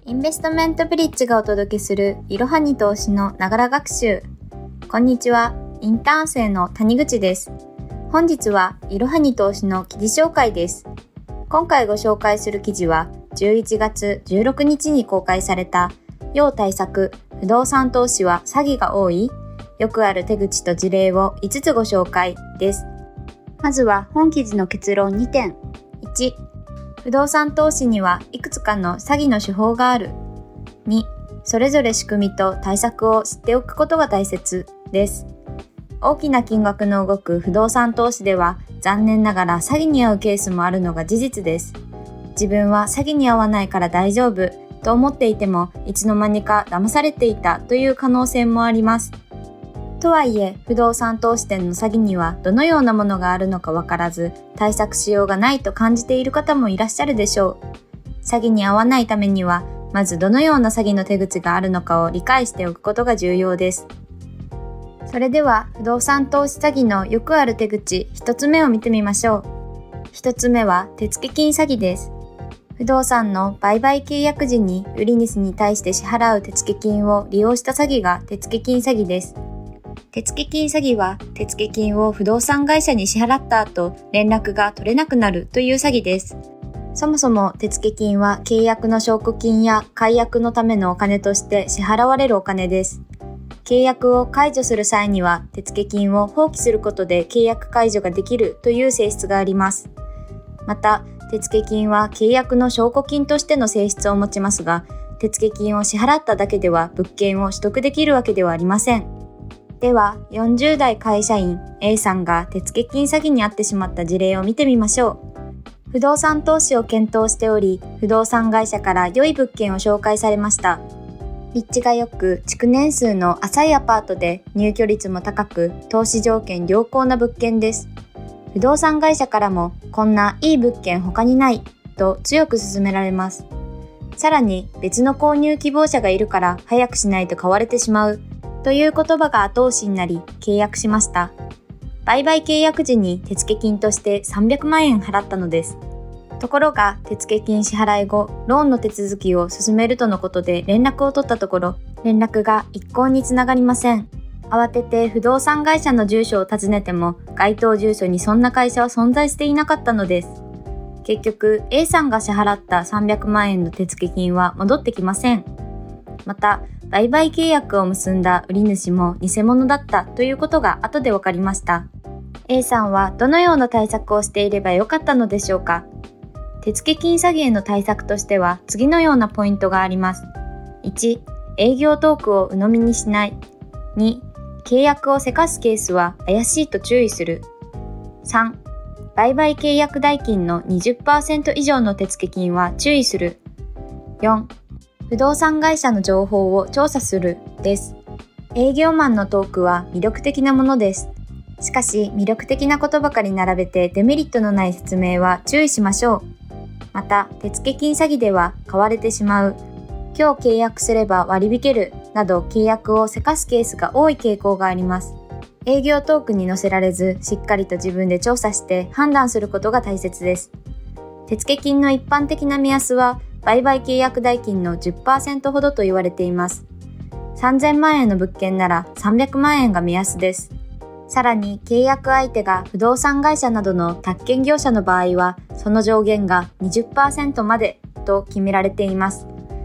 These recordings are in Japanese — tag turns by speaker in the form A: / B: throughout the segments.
A: インベストメントブリッジがお届けするいろはに投資のながら学習。こんにちは、インターン生の谷口です。本日はいろはに投資の記事紹介です。今回ご紹介する記事は11月16日に公開された要対策不動産投資は詐欺が多い？よくある手口と事例を5つご紹介です。まずは本記事の結論2点。1、不動産投資にはいくつかの詐欺の手法がある。2、それぞれ仕組みと対策を知っておくことが大切です。大きな金額の動く不動産投資では残念ながら詐欺に遭うケースもあるのが事実です。自分は詐欺に遭わないから大丈夫と思っていてもいつの間にか騙されていたという可能性もあります。とはいえ、不動産投資店の詐欺にはどのようなものがあるのかわからず、対策しようがないと感じている方もいらっしゃるでしょう。詐欺に遭わないためには、まずどのような詐欺の手口があるのかを理解しておくことが重要です。それでは、不動産投資詐欺のよくある手口1つ目を見てみましょう。1つ目は手付金詐欺です。不動産の売買契約時に売り主に対して支払う手付金を利用した詐欺が手付金詐欺です。手付金詐欺は手付金を不動産会社に支払った後、連絡が取れなくなるという詐欺です。そもそも手付金は契約の証拠金や解約のためのお金として支払われるお金です。契約を解除する際には手付金を放棄することで契約解除ができるという性質があります。また、手付金は契約の証拠金としての性質を持ちますが、手付金を支払っただけでは物件を取得できるわけではありません。では、40代会社員 A さんが手付金詐欺に遭ってしまった事例を見てみましょう。不動産投資を検討しており、不動産会社から良い物件を紹介されました。立地が良く、築年数の浅いアパートで入居率も高く、投資条件良好な物件です。不動産会社からも、こんないい物件他にないと強く勧められます。さらに、別の購入希望者がいるから早くしないと買われてしまう。という言葉が後押しになり契約しました。売買契約時に手付金として300万円払ったのです。ところが手付金支払い後、ローンの手続きを進めるとのことで連絡を取ったところ、連絡が一向につながりません。慌てて不動産会社の住所を訪ねても、該当住所にそんな会社は存在していなかったのです。結局 A さんが支払った300万円の手付金は戻ってきません。また、売買契約を結んだ売り主も偽物だったということが後で分かりました。A さんはどのような対策をしていればよかったのでしょうか。手付金詐欺への対策としては次のようなポイントがあります。1、営業トークを鵜呑みにしない。2、契約をせかすケースは怪しいと注意する。3、売買契約代金の 20% 以上の手付金は注意する。4、不動産会社の情報を調査するです。営業マンのトークは魅力的なものです。しかし魅力的なことばかり並べてデメリットのない説明は注意しましょう。また手付金詐欺では買われてしまう、今日契約すれば割り引けるなど契約をせかすケースが多い傾向があります。営業トークに載せられずしっかりと自分で調査して判断することが大切です。手付金の一般的な目安は売買契約代金の 10% ほどと言われています。3000万円の物件なら300万円が目安です。さらに契約相手が不動産会社などの宅建業者の場合は、その上限が 20% までと決められています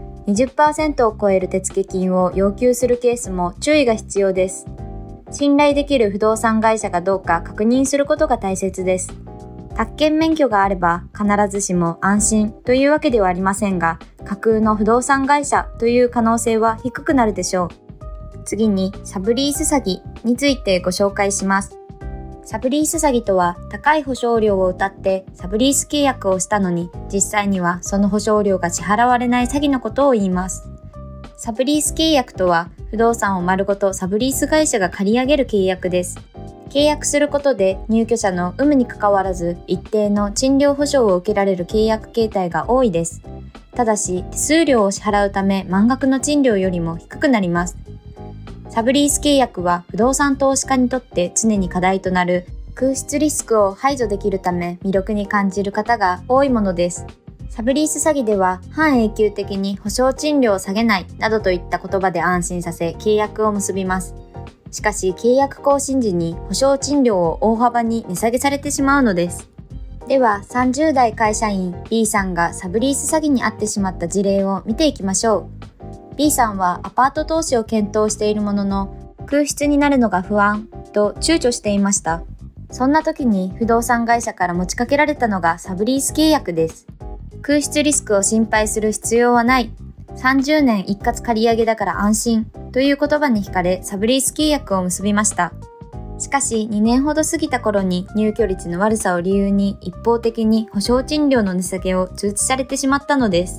A: 。20% を超える手付金を要求するケースも注意が必要です。信頼できる不動産会社かどうか確認することが大切です。宅建免許があれば必ずしも安心というわけではありませんが、架空の不動産会社という可能性は低くなるでしょう。次にサブリース詐欺についてご紹介します。サブリース詐欺とは高い保証料を謳ってサブリース契約をしたのに実際にはその保証料が支払われない詐欺のことを言います。サブリース契約とは不動産を丸ごとサブリース会社が借り上げる契約です。契約することで入居者の有無にかかわらず一定の賃料保証を受けられる契約形態が多いです。ただし手数料を支払うため満額の賃料よりも低くなります。サブリース契約は不動産投資家にとって常に課題となる空室リスクを排除できるため魅力に感じる方が多いものです。 サブリース詐欺では半永久的に保証賃料を下げないなどといった言葉で安心させ契約を結びます。しかし契約更新時に保証賃料を大幅に値下げされてしまうのです。では30代会社員 B さんがサブリース詐欺に遭ってしまった事例を見ていきましょう。B さんはアパート投資を検討しているものの空室になるのが不安と躊躇していました。そんな時に不動産会社から持ちかけられたのがサブリース契約です。空室リスクを心配する必要はない。30年一括借り上げだから安心という言葉に惹かれサブリース契約を結びました。しかし2年ほど過ぎた頃に入居率の悪さを理由に一方的に保証賃料の値下げを通知されてしまったのです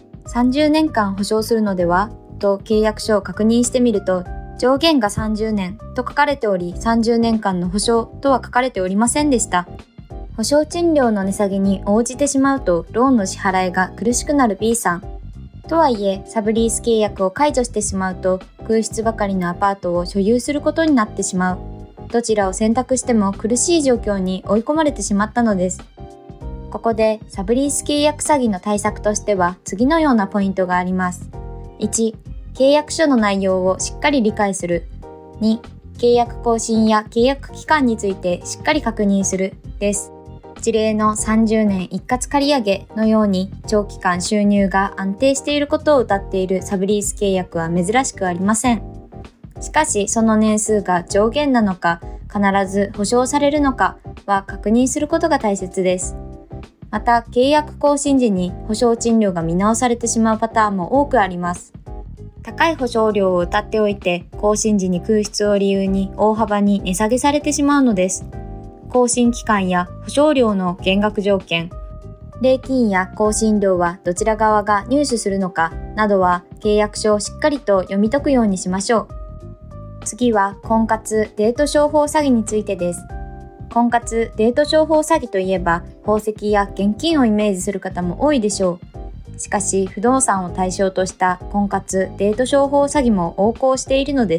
A: 。30年間保証するのではと契約書を確認してみると上限が30年と書かれており30年間の保証とは書かれておりませんでした。保証賃料の値下げに応じてしまうとローンの支払いが苦しくなる B さん。とはいえサブリース契約を解除してしまうと空室ばかりのアパートを所有することになってしまう。どちらを選択しても苦しい状況に追い込まれてしまったのです。ここでサブリース契約詐欺の対策としては次のようなポイントがあります。1、契約書の内容をしっかり理解する。2、契約更新や契約期間についてしっかり確認するです。事例の30年一括借り上げのように長期間収入が安定していることを謳っているサブリース契約は珍しくありません。しかしその年数が上限なのか必ず保証されるのかは確認することが大切です。また契約更新時に保証賃料が見直されてしまうパターンも多くあります。高い保証料を謳っておいて更新時に空室を理由に大幅に値下げされてしまうのです。更新期間や保証料の減額条件、礼金や更新料はどちら側が入手するのかなどは契約書をしっかりと読み解くようにしましょう。次は婚活デート商法詐欺についてです。婚活デート商法詐欺といえば宝石や現金をイメージする方も多いでしょう。しかし不動産を対象とした婚活デート商法詐欺も横行しているのです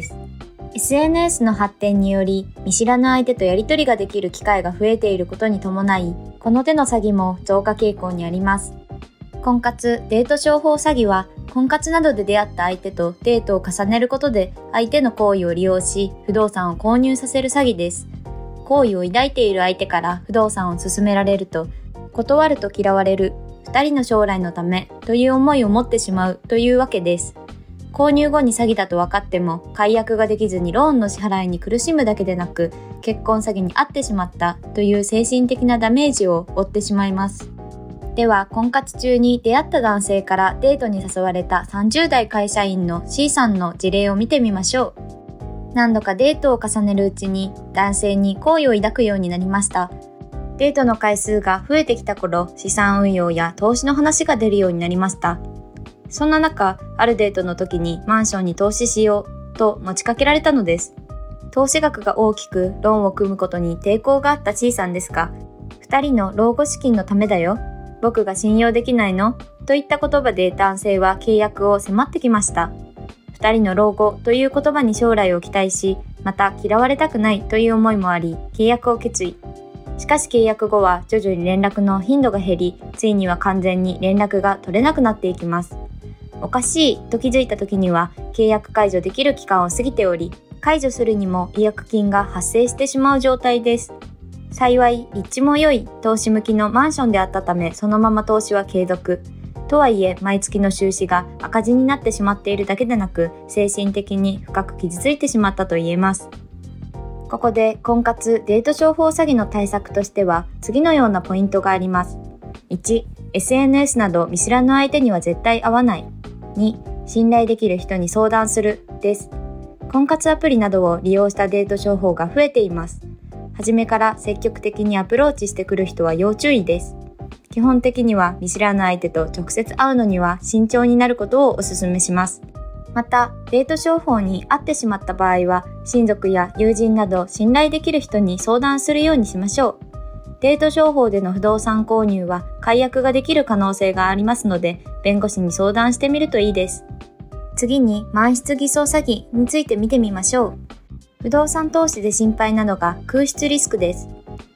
A: 。SNS の発展により見知らぬ相手とやり取りができる機会が増えていることに伴い、この手の詐欺も増加傾向にあります。婚活デート商法詐欺は婚活などで出会った相手とデートを重ねることで相手の好意を利用し不動産を購入させる詐欺です。好意を抱いている相手から不動産を勧められると断ると嫌われる、2人の将来のためという思いを持ってしまうというわけです。購入後に詐欺だと分かっても解約ができずにローンの支払いに苦しむだけでなく結婚詐欺に遭ってしまったという精神的なダメージを負ってしまいます。では婚活中に出会った男性からデートに誘われた30代会社員の C さんの事例を見てみましょう。何度かデートを重ねるうちに男性に好意を抱くようになりました。デートの回数が増えてきた頃、資産運用や投資の話が出るようになりました。そんな中、あるデートの時にマンションに投資しようと持ちかけられたのです。投資額が大きくローンを組むことに抵抗があった C さんですが、2人の老後資金のためだよ。僕が信用できないのといった言葉で男性は契約を迫ってきました。2人の老後という言葉に将来を期待し、また嫌われたくないという思いもあり、契約を決意。しかし契約後は徐々に連絡の頻度が減り、ついには完全に連絡が取れなくなっていきます。おかしいと気づいた時には契約解除できる期間を過ぎており、解除するにも違約金が発生してしまう状態です。幸い立地も良い投資向きのマンションであったためそのまま投資は継続。とはいえ毎月の収支が赤字になってしまっているだけでなく精神的に深く傷ついてしまったと言えます。ここで婚活デート商法詐欺の対策としては次のようなポイントがあります。1、SNS など見知らぬ相手には絶対会わない。2、信頼できる人に相談するです。婚活アプリなどを利用したデート商法が増えています。初めから積極的にアプローチしてくる人は要注意です。基本的には見知らぬ相手と直接会うのには慎重になることをお勧めします。また、デート商法に遭ってしまった場合は、親族や友人など信頼できる人に相談するようにしましょう。デート商法での不動産購入は解約ができる可能性がありますので、弁護士に相談してみるといいです。次に、満室偽装詐欺について見てみましょう。不動産投資で心配なのが空室リスクです。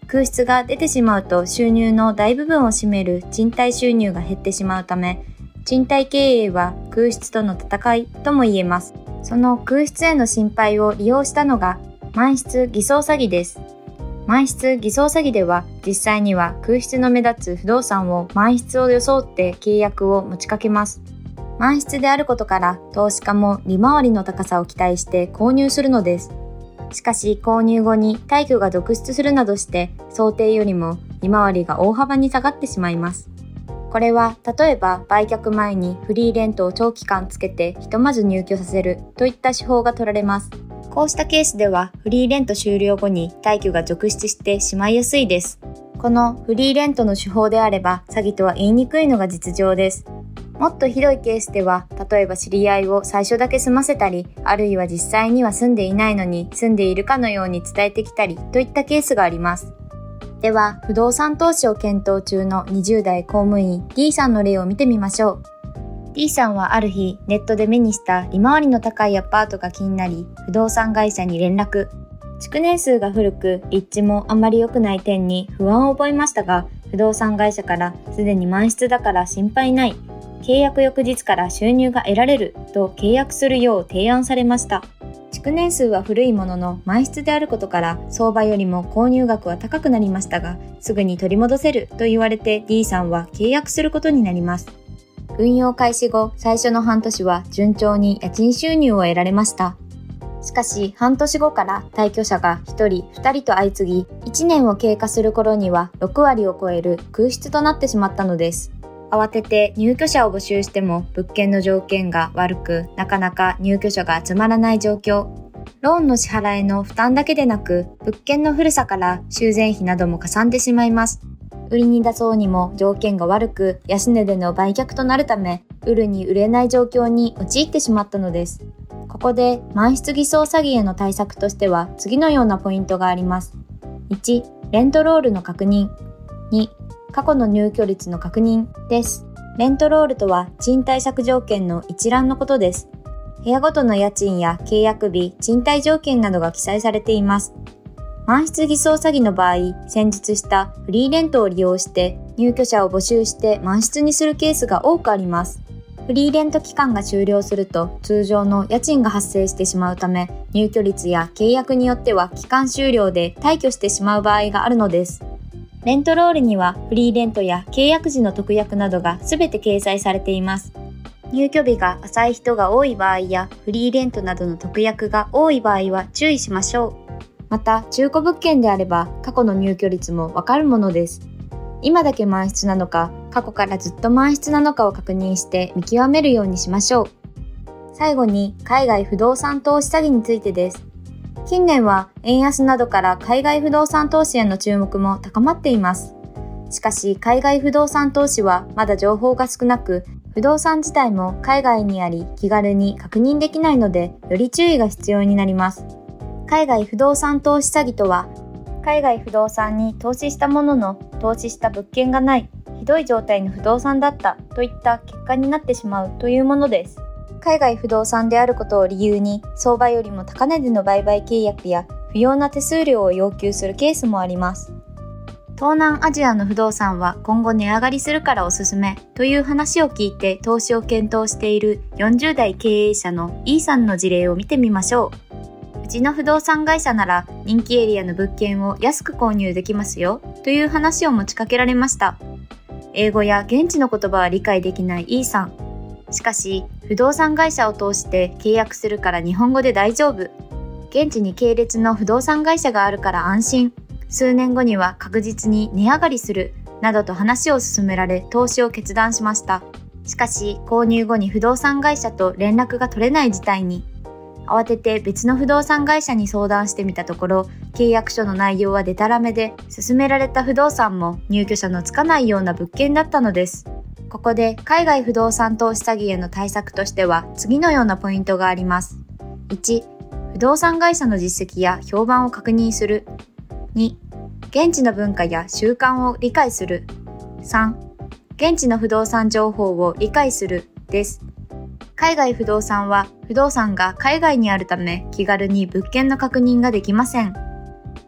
A: 空室が出てしまうと収入の大部分を占める賃貸収入が減ってしまうため、賃貸経営は空室との戦いとも言えます。その空室への心配を利用したのが満室偽装詐欺です。満室偽装詐欺では実際には空室の目立つ不動産を満室を装って契約を持ちかけます。満室であることから投資家も利回りの高さを期待して購入するのです。しかし購入後に退去が続出するなどして想定よりも利回りが大幅に下がってしまいます。これは例えば売却前にフリーレントを長期間つけてひとまず入居させるといった手法が取られます。こうしたケースではフリーレント終了後に退去が続出してしまいやすいです。このフリーレントの手法であれば詐欺とは言いにくいのが実情です。もっとひどいケースでは例えば知り合いを最初だけ済ませたり、あるいは実際には住んでいないのに住んでいるかのように伝えてきたりといったケースがあります。では不動産投資を検討中の20代公務員 D さんの例を見てみましょう。D さんはある日ネットで目にした利回りの高いアパートが気になり不動産会社に連絡。築年数が古く立地もあまり良くない点に不安を覚えましたが、不動産会社からすでに満室だから心配ない、契約翌日から収入が得られると契約するよう提案されました。築年数は古いものの満室であることから相場よりも購入額は高くなりましたが、すぐに取り戻せると言われて D さんは契約することになります。運用開始後最初の半年は順調に家賃収入を得られました。しかし半年後から退去者が1人2人と相次ぎ、1年を経過する頃には6割を超える空室となってしまったのです。慌てて入居者を募集しても物件の条件が悪く、なかなか入居者が集まらない状況。ローンの支払いの負担だけでなく、物件の古さから修繕費などもかさんでしまいます。売りに出そうにも条件が悪く、安値での売却となるため、売るに売れない状況に陥ってしまったのです。ここで満室偽装詐欺への対策としては次のようなポイントがあります。1、レントロールの確認。2、過去の入居率の確認です。レントロールとは賃貸借条件の一覧のことです。部屋ごとの家賃や契約日、賃貸条件などが記載されています。満室偽装詐欺の場合、先日したフリーレントを利用して入居者を募集して満室にするケースが多くあります。フリーレント期間が終了すると通常の家賃が発生してしまうため、入居率や契約によっては期間終了で退去してしまう場合があるのです。レントロールにはフリーレントや契約時の特約などがすべて掲載されています。入居日が浅い人が多い場合やフリーレントなどの特約が多い場合は注意しましょう。また中古物件であれば過去の入居率もわかるものです。今だけ満室なのか過去からずっと満室なのかを確認して見極めるようにしましょう。最後に海外不動産投資詐欺についてです。近年は円安などから海外不動産投資への注目も高まっています。しかし海外不動産投資はまだ情報が少なく、不動産自体も海外にあり気軽に確認できないのでより注意が必要になります。海外不動産投資詐欺とは、海外不動産に投資したものの投資した物件がない、ひどい状態の不動産だったといった結果になってしまうというものです。海外不動産であることを理由に相場よりも高値での売買契約や不要な手数料を要求するケースもあります。東南アジアの不動産は今後値上がりするからおすすめという話を聞いて投資を検討している40代経営者の E さんの事例を見てみましょう。うちの不動産会社なら人気エリアの物件を安く購入できますよという話を持ちかけられました。英語や現地の言葉は理解できない E さん。しかし不動産会社を通して契約するから日本語で大丈夫。現地に系列の不動産会社があるから安心。数年後には確実に値上がりするなどと話を進められ投資を決断しました。しかし購入後に不動産会社と連絡が取れない事態に。慌てて別の不動産会社に相談してみたところ、契約書の内容はデタラメで、勧められた不動産も入居者のつかないような物件だったのです。ここで海外不動産投資詐欺への対策としては次のようなポイントがあります。1、不動産会社の実績や評判を確認する。2、現地の文化や習慣を理解する。3、現地の不動産情報を理解するです。海外不動産は不動産が海外にあるため気軽に物件の確認ができません。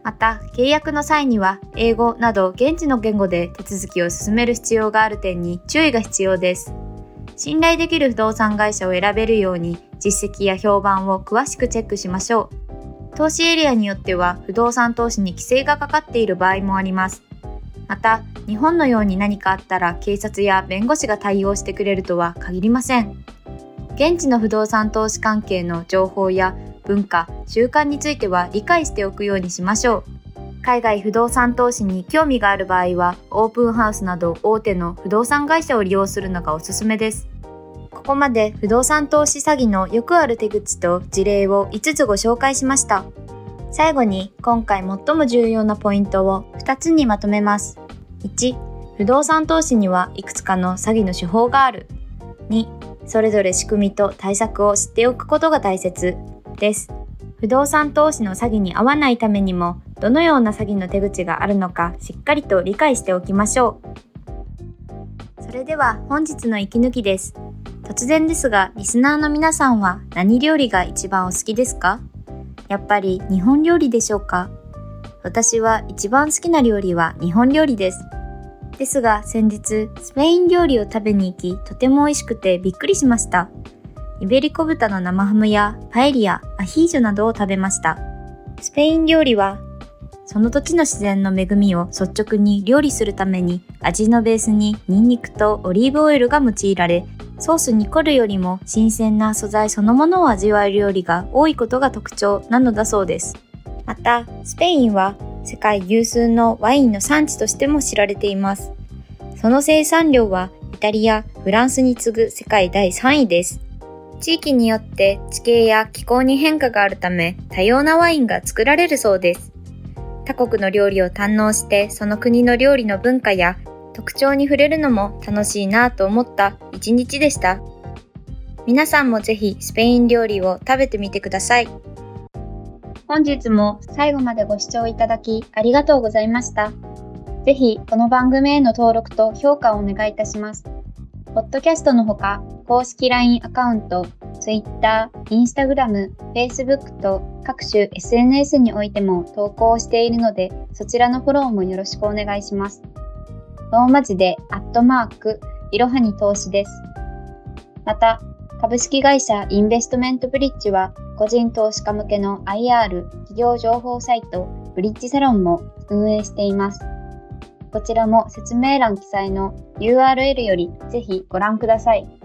A: また、契約の際には英語など現地の言語で手続きを進める必要がある点に注意が必要です。信頼できる不動産会社を選べるように実績や評判を詳しくチェックしましょう。投資エリアによっては不動産投資に規制がかかっている場合もあります。また、日本のように何かあったら警察や弁護士が対応してくれるとは限りません。現地の不動産投資関係の情報や文化、習慣については理解しておくようにしましょう。海外不動産投資に興味がある場合は、オープンハウスなど大手の不動産会社を利用するのがおすすめです。ここまで不動産投資詐欺のよくある手口と事例を5つご紹介しました。最後に今回最も重要なポイントを2つにまとめます。1、不動産投資にはいくつかの詐欺の手法がある。2、それぞれ仕組みと対策を知っておくことが大切です。不動産投資の詐欺に遭わないためにも、どのような詐欺の手口があるのかしっかりと理解しておきましょう。それでは本日の息抜きです。突然ですが、リスナーの皆さんは何料理が一番お好きですか？やっぱり日本料理でしょうか？私は一番好きな料理は日本料理です。ですが先日、スペイン料理を食べに行き、とても美味しくてびっくりしました。イベリコ豚の生ハムやパエリア、アヒージョなどを食べました。スペイン料理は、その土地の自然の恵みを率直に料理するために、味のベースにニンニクとオリーブオイルが用いられ、ソースに凝るよりも新鮮な素材そのものを味わえる料理が多いことが特徴なのだそうです。また、スペインは世界有数のワインの産地としても知られています。その生産量はイタリア、フランスに次ぐ世界第3位です。地域によって地形や気候に変化があるため、多様なワインが作られるそうです。他国の料理を堪能して、その国の料理の文化や特徴に触れるのも楽しいなぁと思った一日でした。皆さんもぜひスペイン料理を食べてみてください。本日も最後までご視聴いただきありがとうございました。ぜひこの番組への登録と評価をお願いいたします。ポッドキャストのほか、公式 LINE アカウント、Twitter、Instagram、Facebook と各種 SNS においても投稿をしているので、そちらのフォローもよろしくお願いします。ローマ字でいろはに投資です。また、株式会社インベストメントブリッジは、個人投資家向けの IR 企業情報サイトブリッジサロンも運営しています。こちらも説明欄記載の URL よりぜひご覧ください。